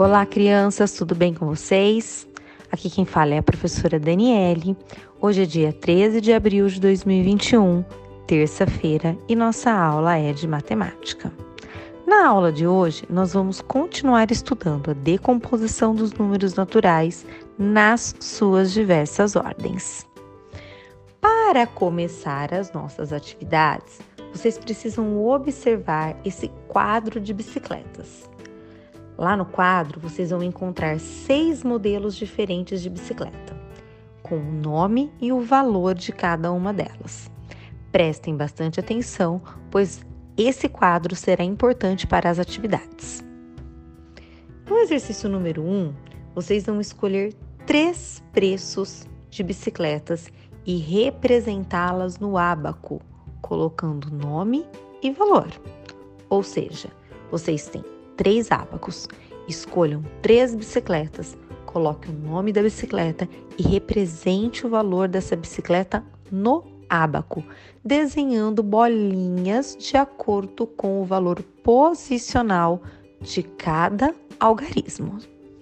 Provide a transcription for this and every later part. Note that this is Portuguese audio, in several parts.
Olá, crianças, tudo bem com vocês? Aqui quem fala é a professora Daniele. Hoje é dia 13 de abril de 2021, terça-feira, e nossa aula é de matemática. Na aula de hoje, nós vamos continuar estudando a decomposição dos números naturais nas suas diversas ordens. Para começar as nossas atividades, vocês precisam observar esse quadro de bicicletas. Lá no quadro, vocês vão encontrar 6 modelos diferentes de bicicleta, com o nome e o valor de cada uma delas. Prestem bastante atenção, pois esse quadro será importante para as atividades. No exercício número 1, vocês vão escolher 3 preços de bicicletas e representá-las no ábaco, colocando nome e valor. Ou seja, vocês têm 3 ábacos, escolham 3 bicicletas, coloque o nome da bicicleta e represente o valor dessa bicicleta no ábaco, desenhando bolinhas de acordo com o valor posicional de cada algarismo.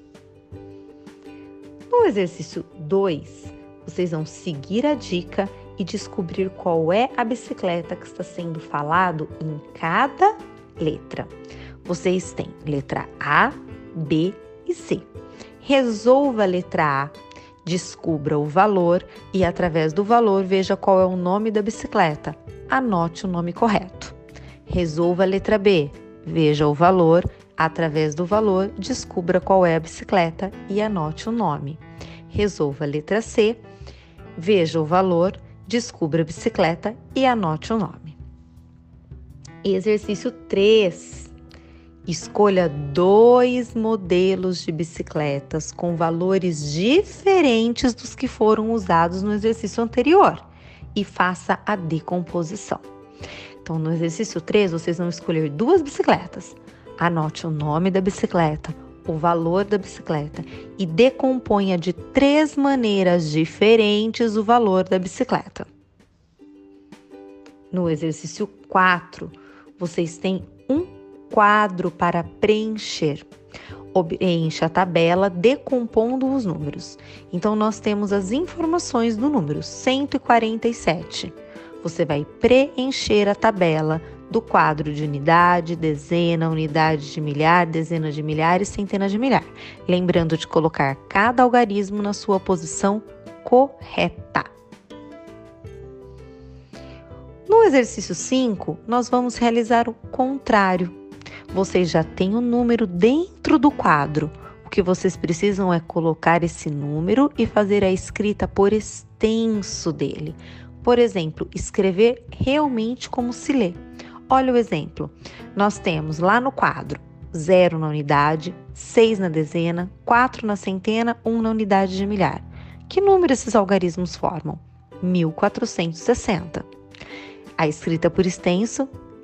No exercício 2, vocês vão seguir a dica e descobrir qual é a bicicleta que está sendo falado em cada letra. Vocês têm letra A, B e C. Resolva a letra A, descubra o valor e, através do valor, veja qual é o nome da bicicleta. Anote o nome correto. Resolva a letra B, veja o valor, através do valor, descubra qual é a bicicleta e anote o nome. Resolva a letra C, veja o valor, descubra a bicicleta e anote o nome. Exercício 3. Escolha 2 modelos de bicicletas com valores diferentes dos que foram usados no exercício anterior e faça a decomposição. Então, no exercício 3, vocês vão escolher 2 bicicletas. Anote o nome da bicicleta, o valor da bicicleta e decomponha de 3 maneiras diferentes o valor da bicicleta. No exercício 4, vocês têm um quadro para preencher. Preencha a tabela decompondo os números. Então, nós temos as informações do número 147. Você vai preencher a tabela do quadro de unidade, dezena, unidade de milhar, dezena de milhar e centena de milhar. Lembrando de colocar cada algarismo na sua posição correta. No exercício 5, nós vamos realizar o contrário. Vocês já têm o número dentro do quadro. O que vocês precisam é colocar esse número e fazer a escrita por extenso dele. Por exemplo, escrever realmente como se lê. Olha o exemplo. Nós temos lá no quadro 0 na unidade, 6 na dezena, 4 na centena, 1 na unidade de milhar. Que número esses algarismos formam? 1460. A escrita por extenso,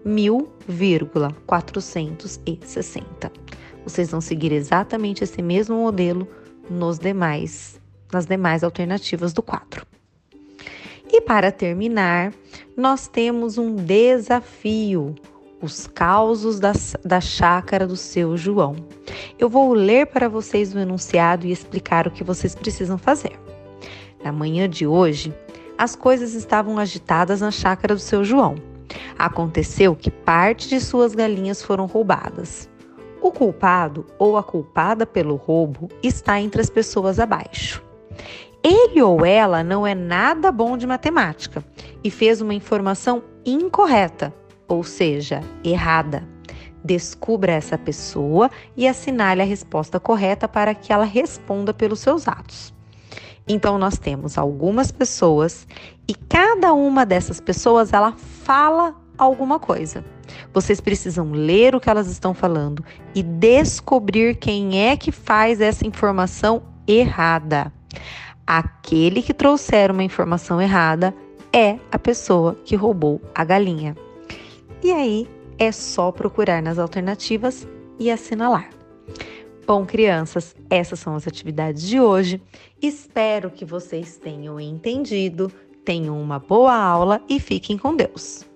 1000,460. Vocês vão seguir exatamente esse mesmo modelo nas demais alternativas do quadro. E para terminar, nós temos um desafio, os causos da chácara do seu João. Eu vou ler para vocês o enunciado e explicar o que vocês precisam fazer. Na manhã de hoje, as coisas estavam agitadas na chácara do seu João. Aconteceu que parte de suas galinhas foram roubadas. O culpado ou a culpada pelo roubo está entre as pessoas abaixo. Ele ou ela não é nada bom de matemática e fez uma informação incorreta, ou seja, errada. Descubra essa pessoa e assinale a resposta correta para que ela responda pelos seus atos. Então, nós temos algumas pessoas e cada uma dessas pessoas, ela fala alguma coisa. Vocês precisam ler o que elas estão falando e descobrir quem é que faz essa informação errada. Aquele que trouxer uma informação errada é a pessoa que roubou a galinha. E aí, é só procurar nas alternativas e assinalar. Bom, crianças, essas são as atividades de hoje. Espero que vocês tenham entendido, tenham uma boa aula e fiquem com Deus.